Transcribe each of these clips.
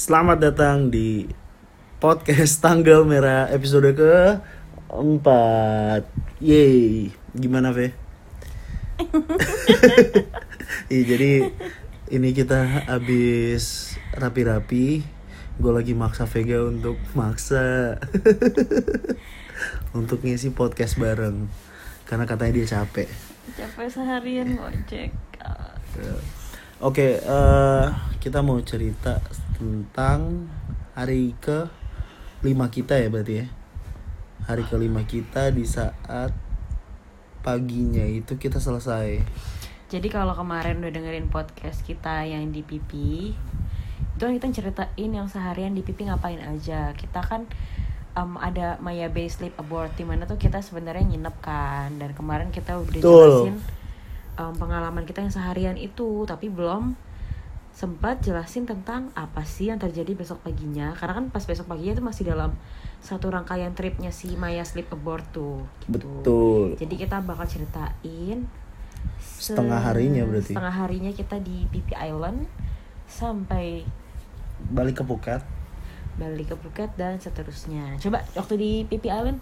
Selamat datang di podcast Tanggal Merah episode ke-4. Yeay, gimana Ve? Jadi ini kita habis rapi-rapi. Gue lagi maksa Vega untuk untuk ngisi podcast bareng karena katanya dia capek. Capek seharian ngojek. Oke, kita mau cerita tentang hari ke-5 kita ya berarti ya. Hari ke-5 kita di saat paginya itu kita selesai. Jadi kalau kemarin udah dengerin podcast kita yang di PP, itu kan kita ceritain yang seharian di PP ngapain aja. Kita kan ada Maya Bay Sleep Abort, dimana tuh kita sebenarnya nginep kan. Dan kemarin kita udah jelasin pengalaman kita yang seharian itu, tapi belum sempat jelasin tentang apa sih yang terjadi besok paginya. Karena kan pas besok paginya itu masih dalam satu rangkaian tripnya si Maya Sleep Abort tuh gitu. Betul. Jadi kita bakal ceritain Setengah harinya berarti. Setengah harinya kita di PP Island sampai Balik ke Phuket dan seterusnya. Coba waktu di PP Island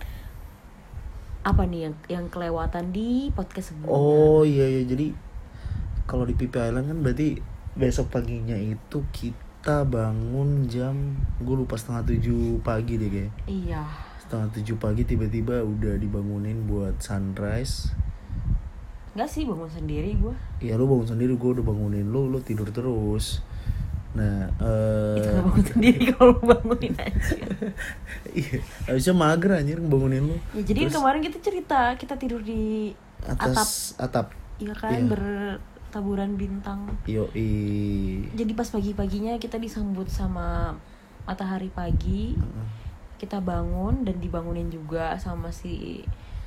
apa nih yang kelewatan di podcast sebelumnya? Oh iya, jadi kalau di PP Island kan berarti besok paginya itu kita bangun jam, gue lupa 6:30 pagi deh kayak. Iya. 6:30 pagi tiba-tiba udah dibangunin buat sunrise. Enggak sih, bangun sendiri gue. Iya, lu bangun sendiri, gue udah bangunin lu tidur terus. Nah, itu gak bangun sendiri kalau bangunin aja. iya, harusnya mager anjir bangunin lu. Ya, jadi terus, kemarin kita cerita kita tidur di atap. Iya kan, iya. Bertaburan bintang. Yoi. Jadi pas pagi-paginya kita disambut sama matahari pagi. Kita bangun dan dibangunin juga sama si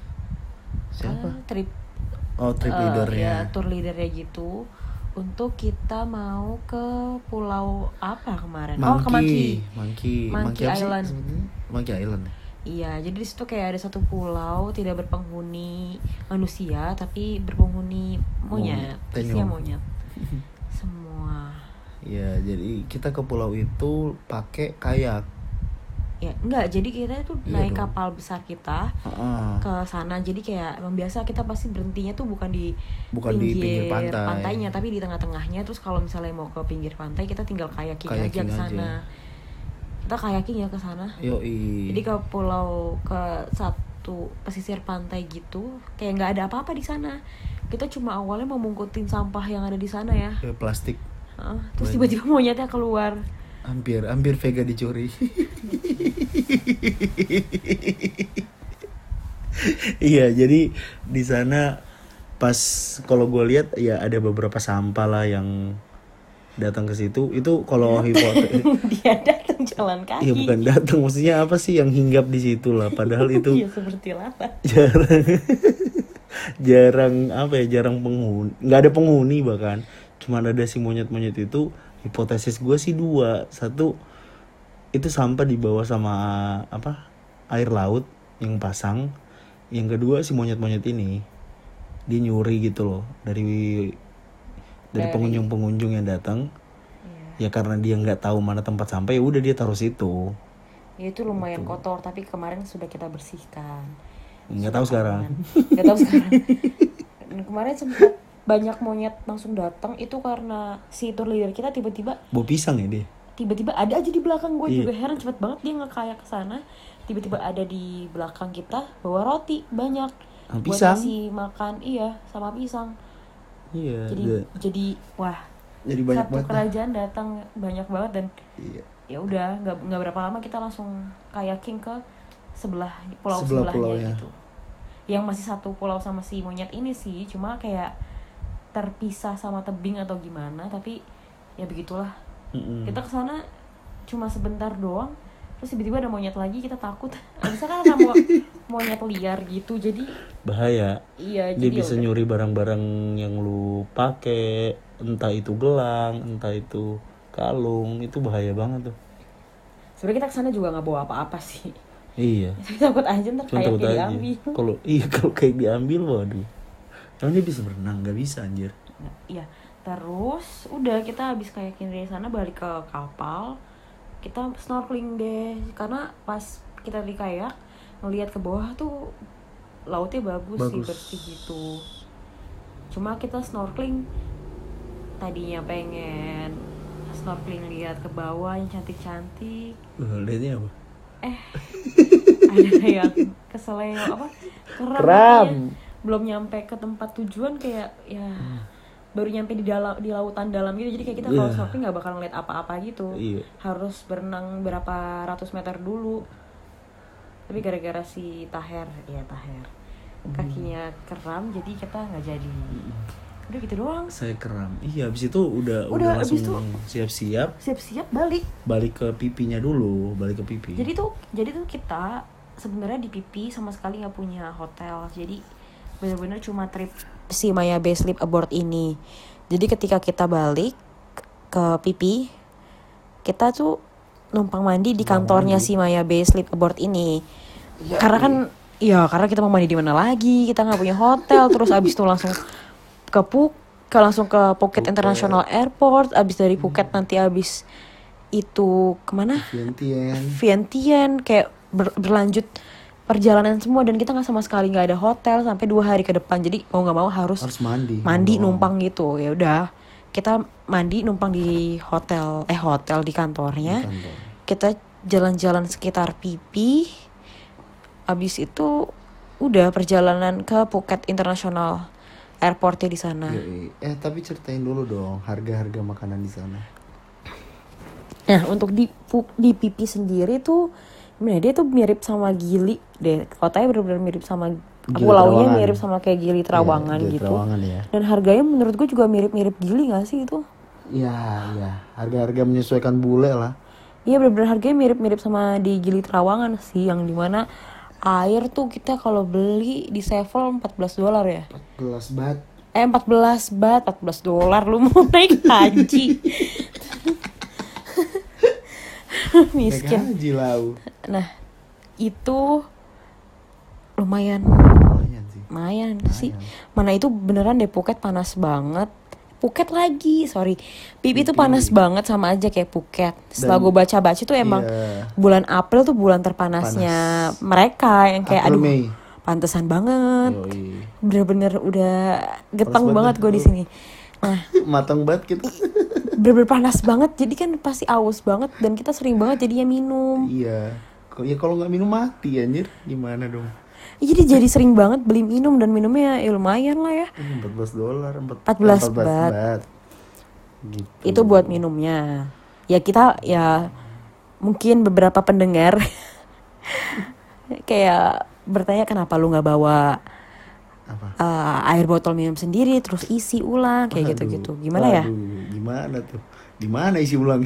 siapa? Trip leadernya. ya, tour leadernya gitu, untuk kita mau ke pulau apa kemarin? Monkey Island. Monkey Island. Iya, jadi di situ kayak ada satu pulau tidak berpenghuni manusia tapi berpenghuni monyet. Isinya monyet. Semua. Iya, jadi kita ke pulau itu pakai kayak. Ya, enggak, jadi kita tuh naik kapal besar kita ke sana. Jadi kayak emang biasa kita pasti berhentinya tuh bukan di pinggir pantainya, tapi di tengah-tengahnya. Terus kalau misalnya mau ke pinggir pantai, kita tinggal kayaking aja ke sana. Kita kayaking ya ke sana. Yoi. Jadi ke pulau, ke satu pesisir pantai gitu, kayak nggak ada apa-apa di sana. Kita cuma awalnya mau mengungkutin sampah yang ada di sana ya. Plastik. Terus tiba-tiba monyetnya keluar. Hampir Vega dicuri. Iya, jadi di sana pas kalau gue lihat ya ada beberapa sampah lah yang datang ke situ. Itu kalau hipotesis dia datang jalan kaki. Iya, bukan datang, maksudnya apa sih yang hinggap di situ lah, padahal itu iya, seperti lapa. jarang penghuni, nggak ada penghuni bahkan, cuma ada si monyet itu. Hipotesis gue sih 2, satu itu sampah dibawa sama air laut yang pasang, yang kedua si monyet ini dia nyuri gitu loh dari pengunjung yang datang. Ya karena dia nggak tahu mana tempat sampah, ya udah dia taruh situ. Ya itu lumayan kotor, tapi kemarin sudah kita bersihkan. Nggak tahu sekarang. Dan kemarin sempat banyak monyet langsung datang, itu karena si tour leader kita tiba-tiba bawa pisang ya dia. Tiba-tiba ada aja di belakang gue. Juga heran, cepet banget dia ngekayak ke sana. Tiba-tiba ada di belakang kita bawa roti banyak buat ngasih makan. Iya, sama pisang. Iya. Jadi wah. Jadi banyak satu banget. Kerajaan datang banyak banget dan iya. Ya udah nggak berapa lama kita langsung kayaking ke pulau sebelahnya gitu. Yang masih satu pulau sama si monyet ini sih, cuma kayak terpisah sama tebing atau gimana, tapi ya begitulah. Kita kesana cuma sebentar doang, terus tiba-tiba ada monyet lagi, kita takut. Bisa kan ada monyet liar gitu, jadi bahaya. Iya, dia bisa nyuri barang-barang yang lu pakai, entah itu gelang, entah itu kalung, itu bahaya banget tuh. Sebenarnya kita kesana juga nggak bawa apa-apa sih. Iya. Takut aja ntar kayak diambil. Kalau kayak diambil, waduh. Emang dia bisa berenang? Gak bisa anjir. Iya. Terus udah kita habis kayakin dari sana balik ke kapal. kita snorkeling deh, karena pas kita di kayak ngelihat ke bawah tuh lautnya bagus. Sih, bersih gitu. Cuma kita snorkeling tadinya pengen snorkeling lihat ke bawah yang cantik-cantik. Lihatnya apa? Ada yang keseleo apa? Keram. Belum nyampe ke tempat tujuan kayak ya baru nyampe di lautan dalam gitu. Jadi kayak kita kalau snorkeling nggak bakal ngeliat apa-apa gitu. Harus berenang berapa ratus meter dulu. Tapi gara-gara si Taher kakinya keram, jadi kita nggak jadi. Udah gitu doang. Saya keram. Iya, abis itu udah langsung siap-siap balik ke pipinya dulu, balik ke pipi. Jadi tuh kita sebenarnya di pipi sama sekali nggak punya hotel. Jadi benar-benar cuma trip si Maya Bay Sleep Abroad ini. Jadi ketika kita balik ke pipi, kita tuh numpang mandi di kantornya si Maya Bay Sleep Abroad ini. Karena kita mau mandi di mana lagi? Kita nggak punya hotel. Terus abis itu langsung langsung ke Phuket International Airport. Abis dari Phuket nanti abis itu kemana? Vientiane. Kayak berlanjut perjalanan semua, dan kita nggak sama sekali nggak ada hotel sampai 2 hari ke depan. Jadi mau nggak mau harus mandi numpang gitu. Ya udah, kita mandi numpang di hotel di kantornya. Kita jalan-jalan sekitar pipi. Abis itu udah perjalanan ke Phuket International Airportnya di sana. Tapi ceritain dulu dong harga-harga makanan di sana. Nah, untuk di pipi sendiri tuh, dia tuh mirip sama Gili deh. Kotanya benar-benar mirip sama pulaunya, mirip sama kayak Gili Trawangan gitu. Ya. Dan harganya menurut gue juga mirip-mirip Gili nggak sih itu? Iya. Harga-harga menyesuaikan bule lah. Iya, benar-benar harganya mirip-mirip sama di Gili Trawangan sih, yang dimana air tuh kita kalau beli di Sevel $14 ya. 14 baht. $14 lu mau naik haji. Miskin. Naik haji lau. Nah, itu lumayan sih. Mana itu beneran deh, Phuket panas banget. Pipi tuh panas banget, sama aja kayak Phuket. Setelah gue baca-baca tuh emang bulan April tuh bulan terpanasnya mereka, yang kayak Mei. Pantesan banget. Bener-bener udah geteng banget gue di sini. Nah, matang banget gitu. Bener-bener panas banget, jadi kan pasti aus banget, dan kita sering banget jadinya minum. Iya. Ya kalau nggak minum mati anjir, gimana dong? Jadi sering banget beli minum, dan minumnya ya lumayan lah ya. $14. 14 baht. Gitu. Itu buat minumnya. Ya kita mungkin beberapa pendengar kayak bertanya kenapa lu nggak bawa air botol minum sendiri terus isi ulang kayak gitu-gitu. Gimana tuh? Di mana isi ulang?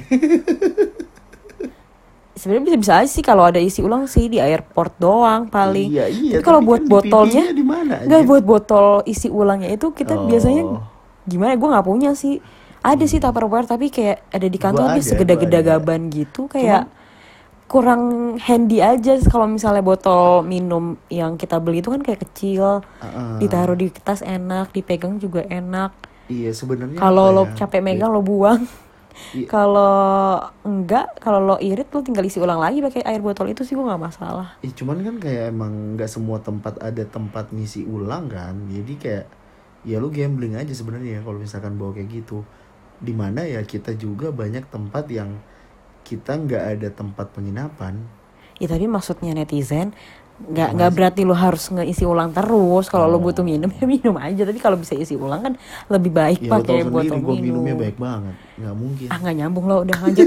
Sebenarnya bisa aja sih kalau ada isi ulang sih di airport doang paling. Iya. Tapi kalau buat kan botolnya, nggak buat botol isi ulangnya itu kita biasanya gimana? Gue nggak punya sih. Ada sih Tupperware, tapi kayak ada di kantor dia segede-gede gaban gitu, kayak kurang handy aja. Kalau misalnya botol minum yang kita beli itu kan kayak kecil, ditaruh di tas enak, dipegang juga enak. Iya sebenarnya. Kalau lo capek megang lo buang. Kalau enggak, kalau lo irit lo tinggal isi ulang lagi pakai air botol itu sih gue nggak masalah. Cuman kan kayak emang nggak semua tempat ada tempat ngisi ulang kan, jadi kayak ya lu gambling aja sebenarnya kalau misalkan bawa kayak gitu. Dimana ya kita juga banyak tempat yang kita nggak ada tempat penginapan. Ya tapi maksudnya netizen nggak berarti lo harus ngisi ulang terus. Kalau lo butuh minum ya minum aja, tapi kalau bisa isi ulang kan lebih baik ya, pakai botol minum. Minumnya baik banget, nggak mungkin. Nggak nyambung lo, udah lanjut.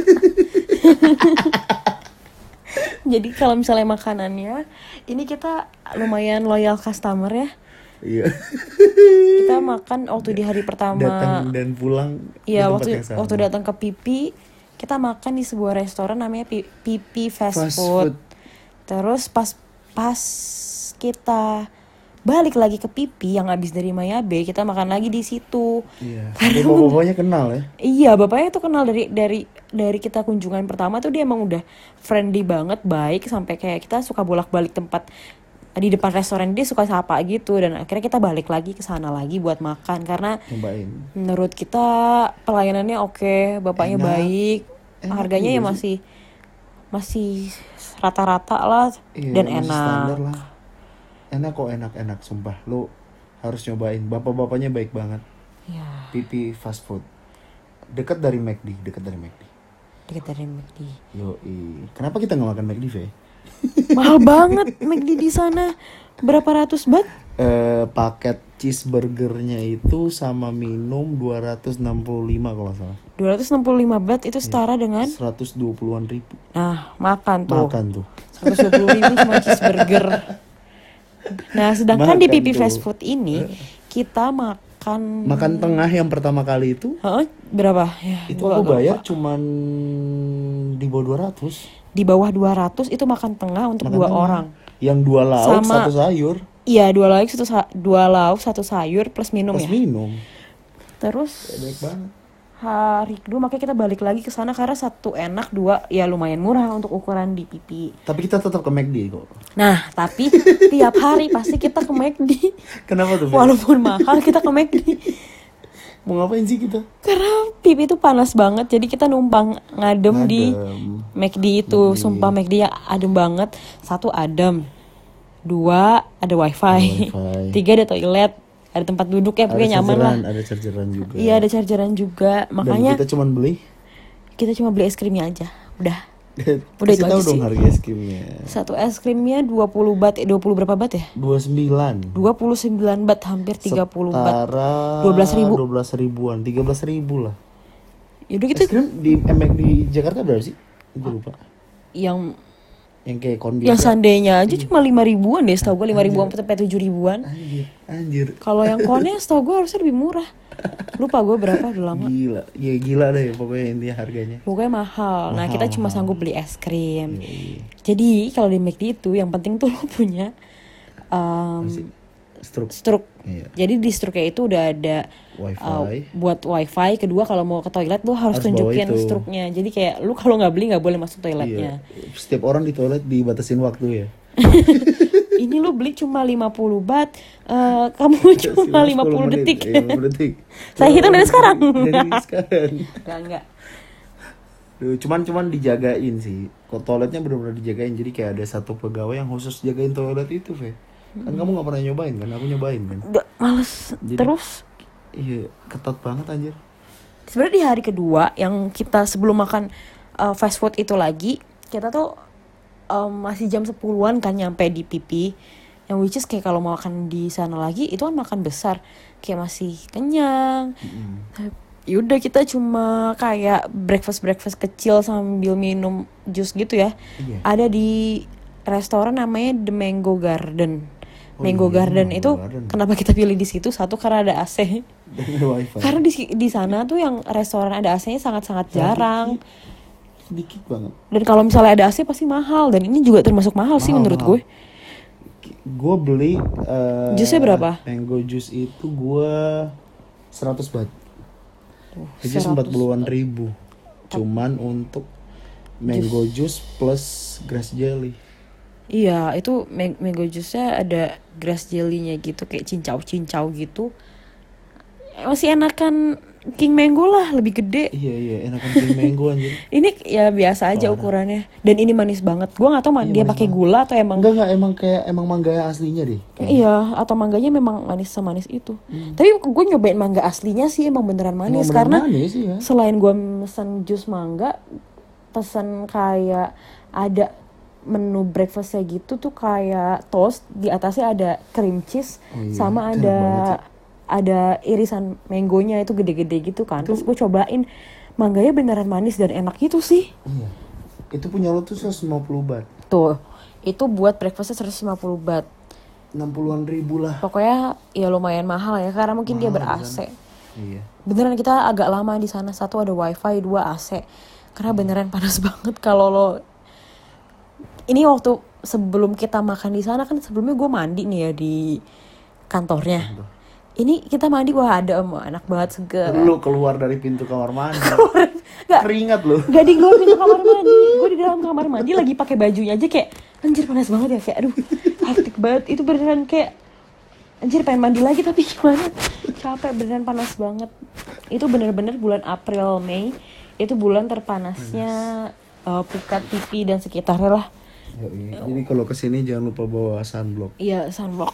Jadi kalau misalnya makanannya, ini kita lumayan loyal customer ya. Iya. Kita makan waktu di hari pertama. Datang dan pulang. Iya, waktu datang ke Pipi, kita makan di sebuah restoran namanya Pipi Fast Food. Terus pas kita balik lagi ke Pipi yang habis dari Maya Bay, kita makan lagi di situ. Iya. Bapaknya kenal ya? Iya, bapaknya tuh kenal dari kita kunjungan pertama tuh, dia emang udah friendly banget, baik, sampai kayak kita suka bolak-balik tempat di depan restoran dia suka sapa gitu, dan akhirnya kita balik lagi ke sana lagi buat makan karena menurut kita pelayanannya oke, bapaknya baik, harganya ya masih masih rata-rata lah dan masih enak. standar lah. Enak kok, enak sumpah. Lu harus nyobain. Bapak-bapaknya baik banget. Ya, Pipi fast food. Dekat dari McD. dekat dari McD. Yoi. Kenapa kita nggak makan McD, Ve? Mahal banget McD di sana. Berapa ratus bat? Paket cheeseburgernya itu sama minum 265 kalau nggak salah. 265 bat itu setara dengan 120-an ribu. nah, makan tuh. Makan tuh. 120.000 cuma cheeseburger. Nah, sedangkan di Makan Pipi tuh. Fast Food ini kita makan Tengah yang pertama kali itu. berapa? Ya, Itu gua aku agak bayar lupa. cuman di bawah 200. Di bawah 200 itu makan tengah untuk Makan 2 tengah. orang. Yang 2 lauk, Sama- 1 sayur. Iya, 2 lauk, 1 sayur plus minum Plus ya. minum. Terus Baik banget. hari kedua makanya kita balik lagi ke sana karena 1 enak, 2 ya lumayan murah untuk ukuran di Pipi. Tapi kita tetap ke McD kok. Nah, tapi tiap hari pasti kita ke McD. Kenapa tuh? Fe? Walaupun mahal kita ke McD. Mau ngapain sih kita? Karena Pipi itu panas banget, jadi kita numpang ngadem di McD itu. Sumpah McD yang adem banget. 1 adem, 2 ada wifi, 3 ada toilet, ada tempat duduk ya, pokoknya nyaman lah. Ada chargeran juga. Iya, ada chargeran juga. Makanya Dan kita cuma beli es krimnya aja. Udah Udah itu tahu aja dong sih. harga es krimnya. 1 es krimnya 20 bat, 20 berapa bat ya? 29. 29 bat, hampir 30 bat. Setara 12.000. 12 ribuan, 13 ribu lah. Yaudah Es gitu. krim di McD di Jakarta berapa sih? Gue lupa. Yang Yang kayak kon yang biasa. seandainya aja cuma 5 ribuan deh, setahu gue 5 ribuan sampai 7 ribuan. Anjir. Kalau yang konnya setahu gue harusnya lebih murah. Lupa gue berapa, udah lama. Gila. Ya gila deh pokoknya intinya harganya. Pokoknya mahal. Nah, kita cuma sanggup beli es krim. Yoi. Jadi kalau di McD itu yang penting tuh lo punya struk. Iya. Jadi di struknya itu udah ada Wifi. buat wifi. Kedua kalau mau ke toilet lo harus Harus bawa tunjukin itu. struknya. Jadi kayak lu kalau nggak beli nggak boleh masuk Iya. toiletnya. Setiap orang di toilet dibatasin waktu ya. Ini lu beli cuma 50 bat, kamu cuma 50 detik. 50 detik. Saya hitung dari sekarang. Dari sekarang. Enggak. Duh, cuman dijagain sih. Kok toiletnya benar-benar dijagain. Jadi kayak ada satu pegawai yang khusus jagain toilet itu, Fe. Kan kamu gak pernah nyobain kan? Aku nyobain kan. Udah males. Jadi- Terus Iya, ketat banget anjir. sebenarnya di hari kedua yang kita sebelum makan fast food itu lagi, kita tuh masih jam 10-an kan nyampe di Pipi. Yang which is kayak kalau mau makan di sana lagi itu kan makan besar, kayak masih kenyang. Yaudah kita cuma kayak breakfast kecil sambil minum jus gitu ya. Iya. Ada di restoran namanya The Mango Garden. Oh Mango iya, Garden Mango itu Garden. kenapa kita pilih di situ? Satu karena ada AC. Dan ada wifi. Karena di sana tuh yang restoran ada AC-nya sangat-sangat jarang. Sedikit banget. Dan kalau misalnya ada AC pasti mahal, dan ini juga termasuk mahal sih menurut gue. Gue beli Jusnya berapa? Mango juice itu gue 100 baht. Jadi 100 40-an ribu. Cuman untuk mango juice plus grass jelly. Iya, itu mango juice-nya ada grass jelly-nya gitu, kayak cincau-cincau gitu. Masih enakan King Mango lah, lebih gede. Iya enakan King mango anjir. Ini ya biasa aja ukurannya. Dan ini manis banget. Gue gak tau dia manis pakai gula atau emang Enggak emang mangga aslinya deh. iya, atau mangganya memang manis semanis itu. Tapi gue nyobain mangga aslinya sih emang beneran manis. Emang Karena beneran manis, iya. selain gue mesen jus mangga, pesen kayak ada menu breakfastnya gitu tuh, kayak toast, di atasnya ada cream cheese, Oh iya, sama itu enak banget ada irisan mangonya itu gede-gede gitu kan. Terus gue cobain, mangganya beneran manis dan enak gitu sih. Iya. Itu punya lo tuh 150 baht. Tuh, itu buat breakfastnya 150 baht. 60-an ribu lah. Pokoknya ya lumayan mahal ya, karena mungkin dia Mahal di ber-AC. sana. Iya. Beneran kita agak lama di sana. 1 ada wifi, 2 AC. Karena beneran panas banget kalau lo. Ini waktu sebelum kita makan di sana kan, sebelumnya gue mandi nih ya di kantornya. Ini kita mandi, wah ada enak banget seger. Lu keluar dari pintu kamar mandi. Nggak. Keringat lu. Gak di luar pintu kamar mandi, gue di dalam kamar mandi lagi pakai bajunya aja, kayak anjir panas banget ya, kayak aduh hektik banget. Itu beneran kayak anjir pengen mandi lagi, tapi gimana, capek, beneran panas banget. Itu bener-bener bulan April Mei, itu bulan terpanasnya Phuket, Phi dan sekitarnya lah. Jadi kalau kesini jangan lupa bawa sunblock. Iya, sunblock.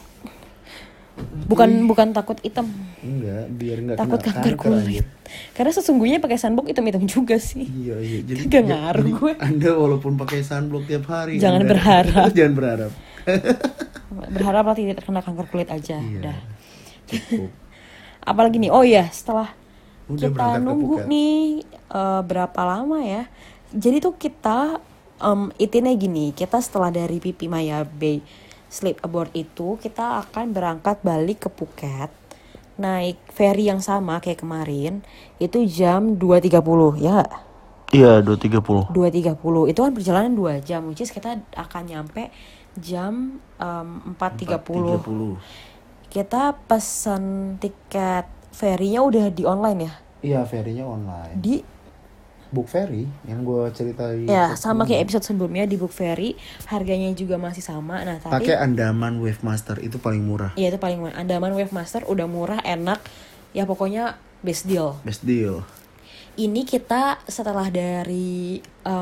Bukan takut hitam. Enggak, biar nggak Takut kena kanker kulit. aja. Karena sesungguhnya pakai sunblock hitam-hitam juga sih. Iya. Jadi Gak ngaruh jadi gue. Anda walaupun pakai sunblock tiap hari, Jangan Anda, berharap. jangan berharap. Berharap lah tidak terkena kanker kulit aja. Iya. Udah. Cukup. Apalagi nih, oh iya, setelah Udah kita berangkat ke nunggu Phuket. nih berapa lama ya. Jadi tuh kita itinnya gini, kita setelah dari Pipi Maya Bay Sleep Aboard itu, kita akan berangkat balik ke Phuket. Naik ferry yang sama kayak kemarin, itu jam 2.30 ya nggak? Iya, 2.30. 2.30 itu kan perjalanan 2 jam, which is kita akan nyampe jam 4.30. 4.30. Kita pesan tiket ferry-nya udah di online ya? Iya, ferry-nya online. Di Book Ferry yang gue ceritain. ya sama kayak episode sebelumnya di Book Ferry, harganya juga masih sama. Nah, tapi Pakai Andaman Wave Master itu paling murah. iya itu paling murah. Andaman Wave Master udah murah, enak. Ya pokoknya best deal. Best deal. Ini kita setelah dari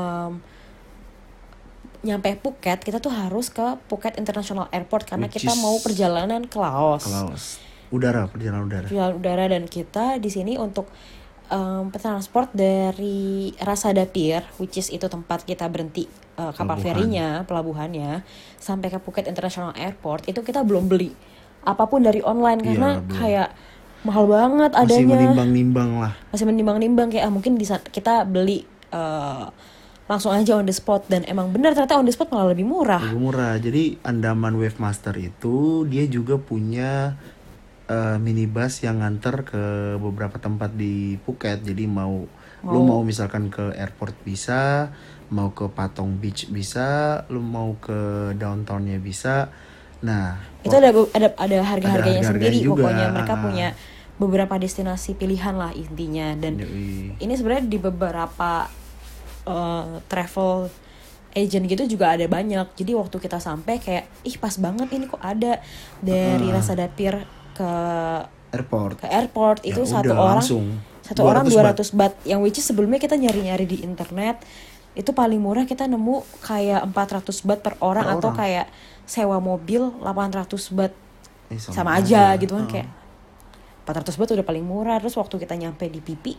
nyampe Phuket, kita tuh harus ke Phuket International Airport karena Which kita is mau perjalanan ke Laos. Perjalanan udara. Perjalanan udara, dan kita di sini untuk transport dari Rasada Pier, which is itu tempat kita berhenti kapal ferinya, pelabuhannya, sampai ke Phuket International Airport, itu kita belum beli apapun dari online karena belum. kayak mahal banget Masih adanya. menimbang-nimbang lah. Masih menimbang-nimbang kayak mungkin kita beli langsung aja on the spot, dan emang benar ternyata on the spot malah lebih murah. Lebih murah. Jadi Andaman Wave Master itu dia juga punya minibus yang nganter ke beberapa tempat di Phuket. Jadi lu mau misalkan ke airport bisa, mau ke Patong Beach bisa, lu mau ke downtownnya bisa. Nah, Itu ada harga-harganya ada sendiri juga. pokoknya. Mereka punya beberapa destinasi pilihan lah intinya, dan ini sebenarnya di beberapa travel agent gitu juga ada banyak. Jadi waktu kita sampai kayak pas banget ini kok ada dari Rasada Pier ke airport Ya itu udah, langsung. satu orang 200 baht, yang which is sebelumnya kita nyari-nyari di internet itu paling murah kita nemu kayak 400 baht per orang, atau kayak sewa mobil 800 baht. Sama aja gitu kan, kayak 400 baht udah paling murah. Terus waktu kita nyampe di Pipi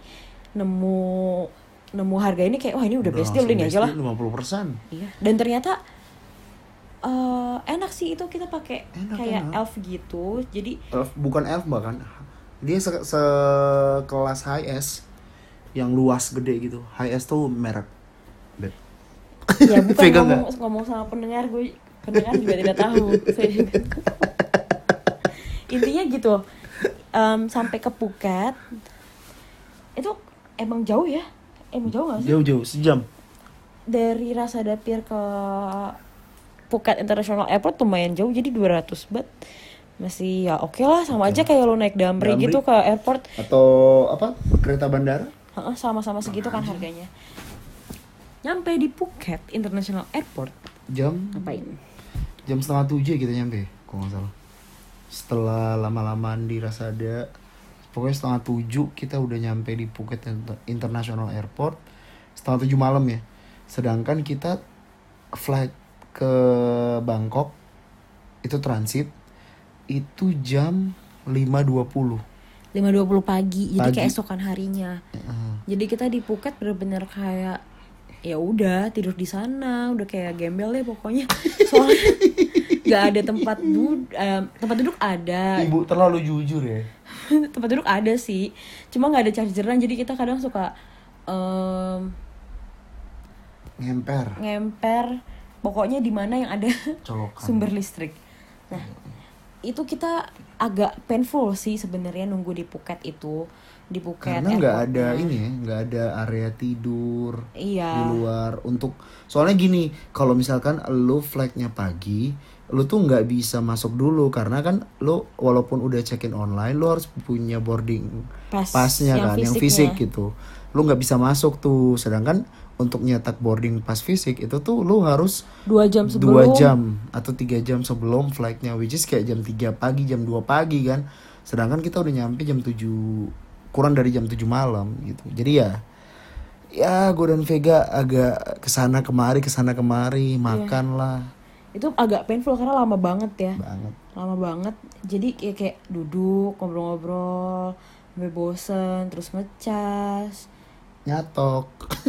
nemu harga ini kayak wah ini udah best deal, ini aja lah 50%. Iya. Dan ternyata enak sih, itu kita pakai kayak elf gitu. Jadi Bukan elf bahkan. Dia sekelas HS yang luas gede gitu. HS tuh merek. Beb. ya bukan Pegang ngomong sama pendengar juga tidak tahu. Intinya gitu. Sampai ke Phuket itu emang jauh ya? Emang jauh gak sih? Jauh sejam. Dari Rasada Pier ke Phuket International Airport lumayan jauh, jadi 200 baht masih ya oke lah, sama aja kayak lo naik Damri gitu ke airport atau kereta bandara. Sama-sama segitu kan harganya. Nyampe di Phuket International Airport ngapain? Jam 6:30 kita nyampe, kalau nggak salah. Setelah lama-lamaan di Rasada, pokoknya 6:30 kita udah nyampe di Phuket International Airport. 6:30 malam ya. Sedangkan kita flight ke Bangkok itu transit itu jam 5.20 pagi. Jadi keesokan harinya. Jadi kita di Phuket bener-bener kayak ya udah tidur di sana, udah kayak gembel deh pokoknya. Soalnya nggak ada tempat duduk ada. Ibu terlalu jujur ya. Tempat duduk ada sih, cuma nggak ada chargeran. Jadi kita kadang suka ngemper pokoknya di mana yang ada colokan sumber listrik. Nah, itu kita agak painful sih sebenarnya nunggu di Phuket itu. Di Phuket karena nggak ada nggak ada area tidur di luar untuk, soalnya gini, kalau misalkan lo flightnya pagi, lo tuh nggak bisa masuk dulu karena kan lo walaupun udah check in online, lo harus punya boarding pasnya kan, yang fisik gitu. Lo nggak bisa masuk tuh. Sedangkan untuk nyetak boarding pass fisik itu tuh lo harus 2 jam sebelum 2 jam atau 3 jam sebelum flightnya, which is kayak jam 3 pagi, jam 2 pagi kan. Sedangkan kita udah nyampe jam 7, kurang dari jam 7 malam gitu. Jadi Ya gue dan Vega agak kesana kemari makan lah Itu agak painful karena lama banget ya. banget. Lama banget. Jadi kayak duduk ngobrol-ngobrol sampai bosen, terus ngecas. Nyatok.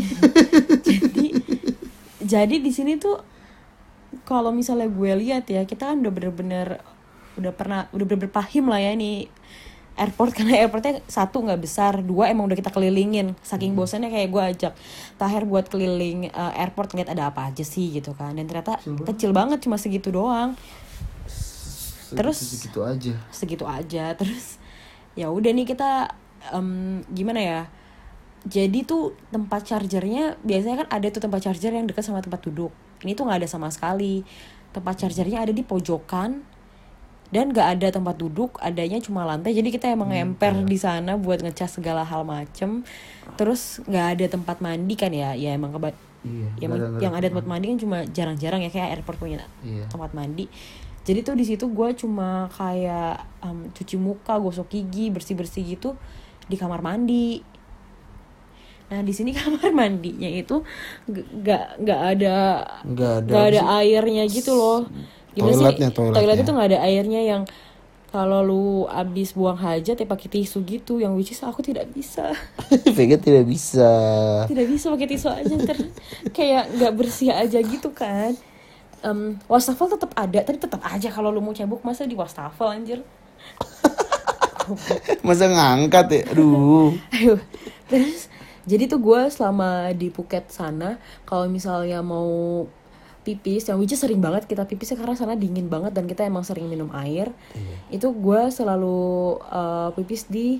Jadi di sini tuh kalau misalnya gue lihat ya, kita kan udah bener-bener paham lah ya nih airport, karena airportnya satu nggak besar, dua emang udah kita kelilingin. Saking bosannya kayak gue ajak Tahir buat keliling airport ngeliat ada apa aja sih gitu kan, dan ternyata kecil banget, cuma segitu doang. Terus segitu aja. Terus ya udah nih kita gimana ya, jadi tuh tempat chargernya biasanya kan ada tuh tempat charger yang dekat sama tempat duduk. Ini tuh nggak ada sama sekali. Tempat chargernya ada di pojokan dan nggak ada tempat duduk, adanya cuma lantai. Jadi kita emang ngemper di sana buat ngecas segala hal macem. Terus nggak ada tempat mandi kan ya emang yang ada tempat mandi kan cuma jarang-jarang ya, kayak airport punya tempat mandi. Jadi tuh di situ gue cuma kayak cuci muka, gosok gigi, bersih-bersih gitu di kamar mandi. Nah di sini kamar mandinya itu nggak ada airnya gitu loh. Gimana toiletnya tuh nggak ada airnya, yang kalau lu abis buang hajat ya pakai tisu gitu, yang which is aku tidak bisa. Vega tidak bisa pakai tisu aja, kayak nggak bersih aja gitu kan. Wastafel tetap ada, tapi tetap aja kalau lu mau cebok masa di wastafel anjir. Masa ngangkat ya, aduh. Ayo, terus jadi tuh gue selama di Phuket sana, kalau misalnya mau pipis, yang which is sering banget kita pipisnya karena sana dingin banget dan kita emang sering minum air. Itu gue selalu pipis di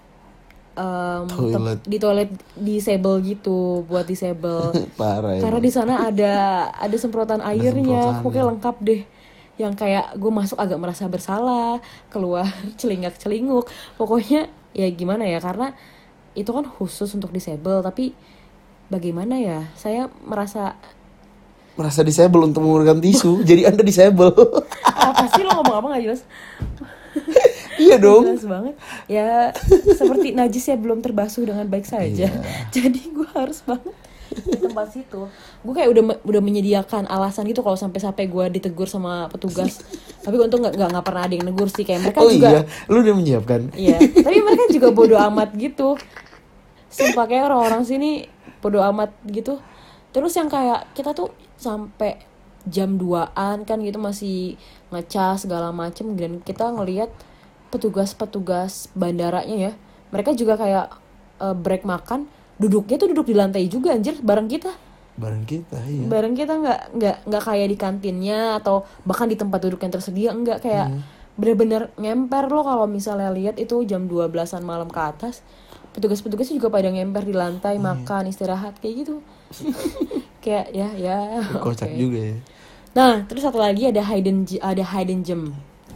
toilet disable gitu, buat disable. Parah ya. Karena di sana ada semprotan airnya, pokoknya lengkap deh. Yang kayak gue masuk agak merasa bersalah, keluar celingak-celinguk. Pokoknya ya gimana ya, karena itu kan khusus untuk disable, tapi bagaimana ya, saya merasa disable untuk menggunakan tisu. Jadi Anda disable. Apa sih lo ngomong apa gak jelas? Iya dong. Jelas banget. Ya seperti najis ya, belum terbasuh dengan baik saja. Jadi gue harus banget di tempat situ. Gue kayak udah menyediakan alasan gitu kalau sampai gue ditegur sama petugas. Tapi untung nggak pernah ada yang negur sih, kayak mereka juga. Iya, lu udah menyiapkan. Iya. Tapi mereka juga bodo amat gitu. Sumpah kayak orang-orang sini bodo amat gitu. Terus yang kayak kita tuh sampai jam 2-an kan gitu masih ngecas segala macem, dan kita ngelihat petugas bandaranya ya, mereka juga kayak break makan, duduknya tuh duduk di lantai juga anjir, bareng kita iya. Bareng kita nggak kayak di kantinnya atau bahkan di tempat duduk yang tersedia, enggak, kayak bener-bener ngemper loh. Kalau misalnya lihat itu jam 12-an malam ke atas, petugasnya juga pada ngemper di lantai, makan, istirahat kayak gitu. Kayak ya kocak juga ya. Nah terus satu lagi ada hidden gem.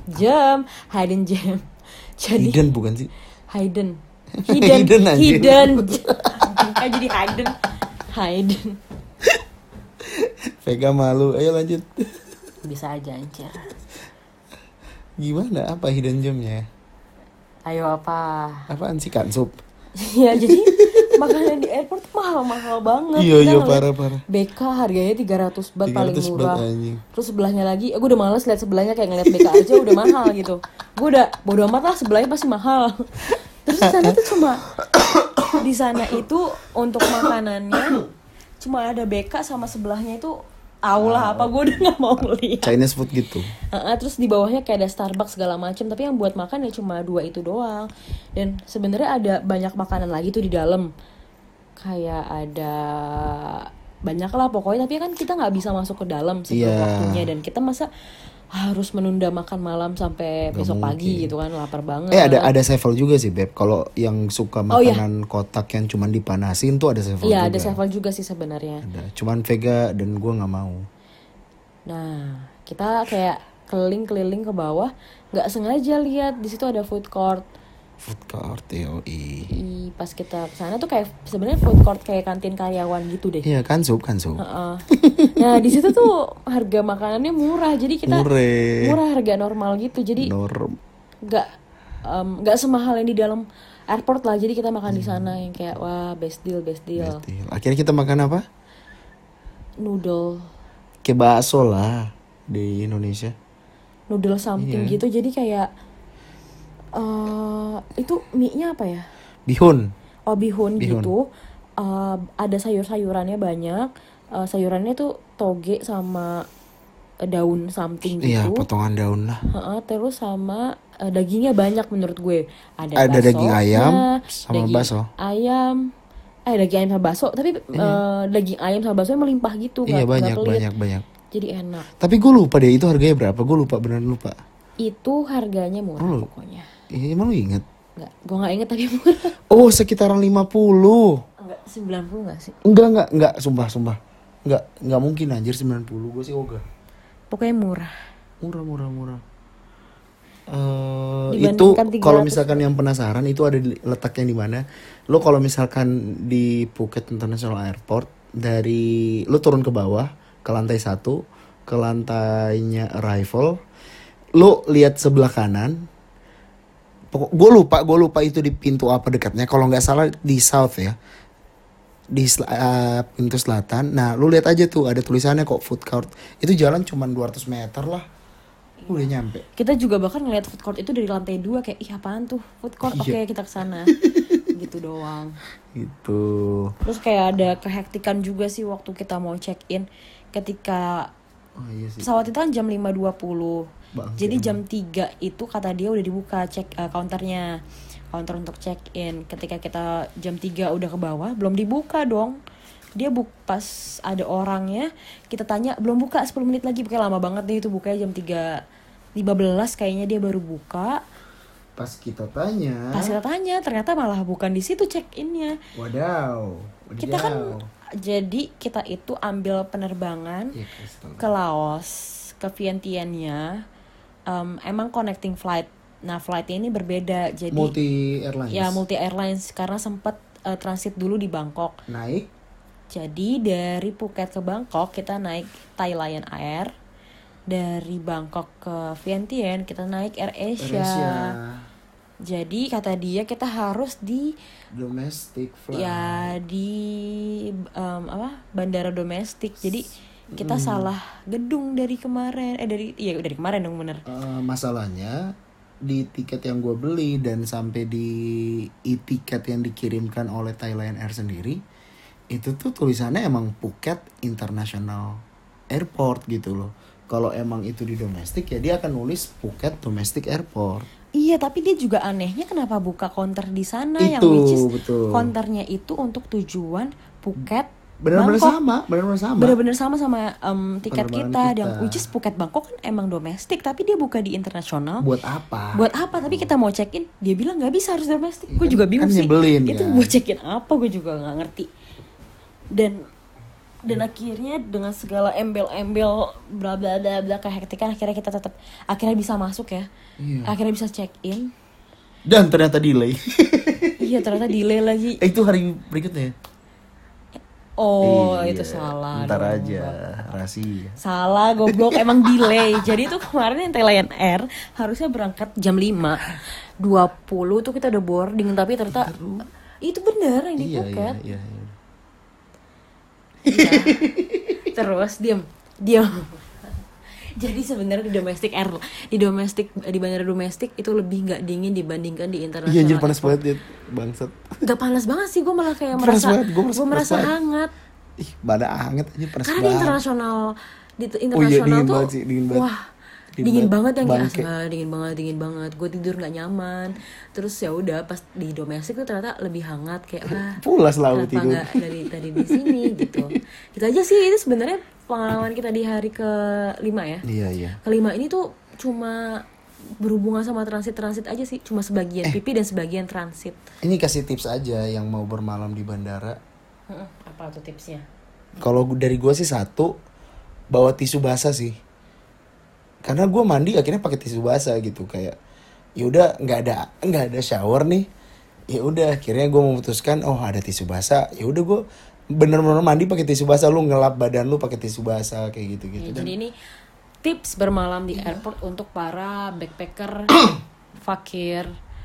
Jadi hidden bukan sih? hidden kayak jadi hidden. Vega malu, ayo lanjut. Bisa aja anjir. Gimana, apa hidden gemnya? Ayo apa? Apaan sih, kansup? Ya jadi makanan di airport mahal banget. Iya parah. BK harganya 300 baht paling murah. Terus sebelahnya lagi, gue udah males lihat sebelahnya, kayak ngeliat BK aja udah mahal gitu. Gue udah bodo amat lah, sebelahnya pasti mahal. Terus di sana itu untuk makanannya cuma ada BK sama sebelahnya itu apa gue udah nggak mau lihat. Chinese food gitu. Terus di bawahnya kayak ada Starbucks segala macam, tapi yang buat makan ya cuma 2 itu doang. Dan sebenarnya ada banyak makanan lagi tuh di dalam, kayak ada banyak lah pokoknya, tapi kan kita nggak bisa masuk ke dalam sebelum waktunya, dan kita masa harus menunda makan malam sampai besok pagi gitu kan, lapar banget. Ada sevel juga sih Beb, kalau yang suka makanan kotak yang cuman dipanasin tuh ada sevel juga. Iya ada sevel juga sih sebenarnya. Cuman Vega dan gue nggak mau. Nah kita kayak keliling ke bawah, nggak sengaja lihat di situ ada food court. Pas kita kesana tuh kayak sebenarnya food court kayak kantin karyawan gitu deh. Iya, kansup. Nah di situ tuh harga makanannya murah, jadi kita murah harga normal gitu, jadi nggak nggak semahal yang di dalam airport lah. Jadi kita makan di sana yang kayak wah best deal. Best deal. Akhirnya kita makan apa? Noodle. Kayak bakso lah di Indonesia. Noodle something gitu. Jadi kayak itu mie-nya apa ya? Bihun. Oh bihun. Gitu. Ada sayur-sayurannya banyak. Sayurannya tuh toge sama daun something gitu. Iya, potongan daun lah. Terus sama dagingnya banyak menurut gue. Ada daging ayam sama daging bakso. Ayam. Daging ayam sama bakso. Tapi daging ayam sama bakso melimpah gitu. Iya, nggak pelit. banyak. Jadi enak. Tapi gue lupa deh itu harganya berapa. Gue lupa, beneran lupa. Itu harganya murah pokoknya. Iya, emang lu inget? Enggak, gue gak inget tapi murah. Oh, sekitaran 50. Enggak, 90 gak sih? Enggak, sumpah. Enggak mungkin anjir 90, gue sih ogah. Pokoknya murah. Murah. Itu Dibandingkan 300. kalau misalkan yang penasaran itu ada letaknya di mana? Lo kalau misalkan di Phuket International Airport, dari lo turun ke bawah ke lantai 1, ke lantainya arrival, lo lihat sebelah kanan. Gue lupa itu di pintu apa dekatnya. Kalau nggak salah di south ya, di pintu selatan. Nah, lu lihat aja tuh ada tulisannya kok food court. Itu jalan cuman 200 meter lah, udah nyampe. Kita juga bahkan ngeliat food court itu dari lantai 2 kayak ih apaan tuh food court. Oke, kita kesana. Gitu doang. Gitu. Terus kayak ada kehektikan juga sih waktu kita mau check in. Ketika pesawat itu kan jam 5.20. Jadi jam 3 itu kata dia udah dibuka counter untuk check in. Ketika kita jam 3 udah ke bawah, belum dibuka dong. Dia pas ada orangnya, kita tanya belum buka 10 menit lagi. Pokoknya lama banget deh itu bukanya jam 3.15 kayaknya dia baru buka. Pas kita tanya ternyata malah bukan di situ check innya. Wadaw. Kita kan jadi kita itu ambil penerbangan ke Laos, ke Vientiane-nya. Emang connecting flight. Nah, flightnya ini berbeda. Jadi multi airlines. Ya, multi airlines karena sempat transit dulu di Bangkok. Naik. Jadi dari Phuket ke Bangkok kita naik Thai Lion Air. Dari Bangkok ke Vientiane kita naik AirAsia. Jadi kata dia kita harus di domestic flight. Ya, di bandara domestik. Jadi kita salah gedung dari kemarin. Dari kemarin dong bener. Masalahnya di tiket yang gue beli dan sampai di e-tiket yang dikirimkan oleh Thai Lion Air sendiri, itu tuh tulisannya emang Phuket International Airport gitu loh. Kalau emang itu di domestik ya dia akan nulis Phuket Domestic Airport. Iya, tapi dia juga anehnya kenapa buka counter di sana itu, yang which is betul. Counternya itu untuk tujuan Phuket benar-benar sama tiket kita yang which is Phuket Bangkok kan emang domestik tapi dia buka di internasional. Buat apa? Tapi kita mau check in dia bilang nggak bisa harus domestik. Gue juga bingung sih. Itu buat check in apa gue juga nggak ngerti. Dan akhirnya dengan segala embel-embel bla bla bla kehektikan akhirnya kita akhirnya bisa masuk ya. Iya. Akhirnya bisa check in. Dan ternyata delay. Iya, ternyata delay lagi. Itu hari berikutnya. Oh, iya. Itu salah. Ntar aja, rahasia. Salah, goblok, emang delay. Jadi itu kemarin yang Thai Lion Air harusnya berangkat jam 5.20 tuh kita udah boarding, tapi ternyata itu bener yang di Phuket. Iya. Terus diam. Jadi sebenarnya di bandara domestik itu lebih nggak dingin dibandingkan di internasional. Iya, anjir panas banget dia, bangsat. Gak panas banget sih, gue malah kayak merasa hangat. Ih, badan hangat aja panas banget. Karena di internasional tuh, dingin banget. Wah, dingin banget yang kayak dingin banget. Gue tidur nggak nyaman. Terus ya udah pas di domestik tuh ternyata lebih hangat kayak pulas lah tidur. Kenapa nggak dari di sini gitu. Gitu aja sih itu sebenarnya pengalaman kita di hari ke-5 ya. Iya. Ke-5 ini tuh cuma berhubungan sama transit aja sih, cuma sebagian pipi dan sebagian transit. Ini kasih tips aja yang mau bermalam di bandara. Apa tuh tipsnya? Kalau dari gue sih satu, bawa tisu basah sih. Karena gue mandi akhirnya pakai tisu basah gitu kayak. Ya udah nggak ada shower nih. Ya udah akhirnya gue memutuskan ada tisu basah. Ya udah gue bener-bener mandi pakai tisu basah, lu ngelap badan lu pakai tisu basah kayak gitu-gitu. Ya, jadi ini tips bermalam di airport untuk para backpacker fakir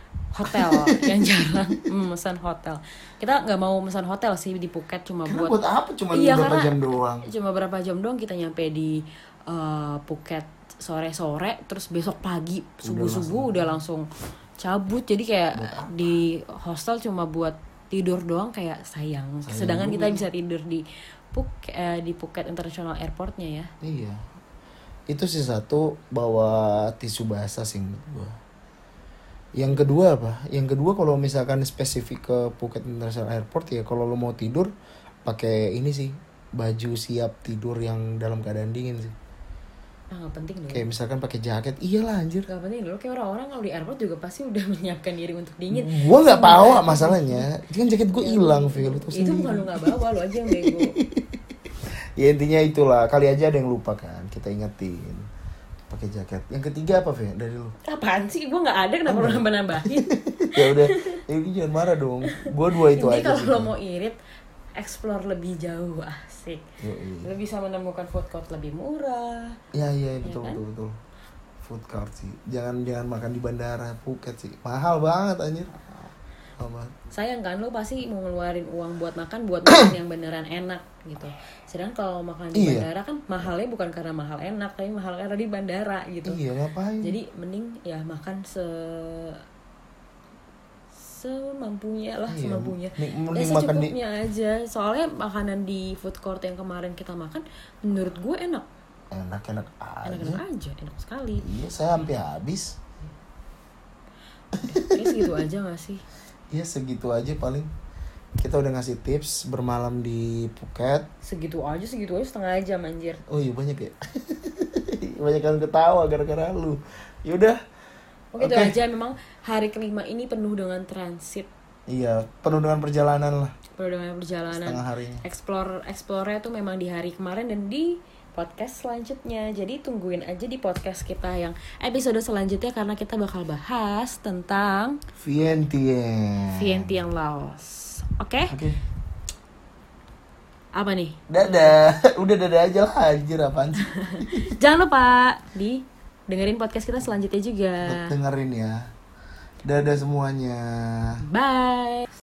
hotel yang jarang memesan hotel. Kita nggak mau memesan hotel sih di Phuket cuma Karena buat buat apa cuma Iya, beberapa karena jam doang. cuma berapa jam doang kita nyampe di Phuket sore-sore, terus besok pagi subuh-subuh udah langsung cabut. Jadi kayak di hostel cuma buat tidur doang, kayak sayang. Sedangkan kita bisa tidur di Phuket International Airportnya ya. Iya. Itu sih satu, bawa tisu basah sih menurut gua. Yang kedua apa? Yang kedua kalau misalkan spesifik ke Phuket International Airport ya, kalau lo mau tidur pakai ini sih, baju siap tidur yang dalam keadaan dingin sih. Nggak penting dulu. Kayak misalkan pakai jaket, iyalah anjir. Nggak penting dulu, kayak orang-orang kalau di airport juga pasti udah menyiapkan diri untuk dingin. Gua nggak bawa masalahnya, kan jaket gua hilang, Phil. Itu bukan lu nggak bawa, lu aja yang bego. Ya intinya itulah, kali aja ada yang lupa kan, kita ingetin pakai jaket. Yang ketiga apa, Fe, dari lu? Apaan sih? Gue nggak ada, kenapa lu nambah-nambahin? Ya udah, jangan marah dong. Gua dua itu Jadi aja kalau sih. lo mau irit, explore lebih jauh, asik. Yoi. Lo bisa menemukan food court lebih murah. Iya betul kan? betul. Food court sih. Jangan makan di bandara Phuket sih. Mahal banget anjir. Mahal banget. Sayang kan, lo pasti mau ngeluarin uang buat makan yang beneran enak gitu. Sedangkan kalau makan di Iya. bandara kan mahalnya bukan karena mahal enak, tapi mahal karena di bandara gitu. Iya, ngapain? Jadi mending ya makan semampunya lah, Iya, semampunya. mending makan di- secukupnya aja. Soalnya makanan di food court yang kemarin kita makan, menurut gue enak, Enak-enak aja. enak-enak aja, enak sekali. Iya, saya hampir habis. Kayak segitu aja gak sih? Iya, segitu aja paling. Kita udah ngasih tips bermalam di Phuket. Segitu aja setengah jam anjir. Oh iya, banyak ya. Banyak yang ketawa gara-gara lu. Yaudah. Oke, itu aja. Memang hari kelima ini penuh dengan transit, Iya, penuh dengan perjalanan lah. penuh dengan perjalanan. Setengah harinya. Explore tuh memang di hari kemarin dan di podcast selanjutnya. Jadi tungguin aja di podcast kita yang episode selanjutnya, karena kita bakal bahas tentang Vientiane Laos. Oke? Oke. Apa nih? Dadah. Udah dadah aja lah anjir, apaan sih? Jangan lupa dengerin podcast kita selanjutnya juga. Buat dengerin ya. Dadah semuanya. Bye.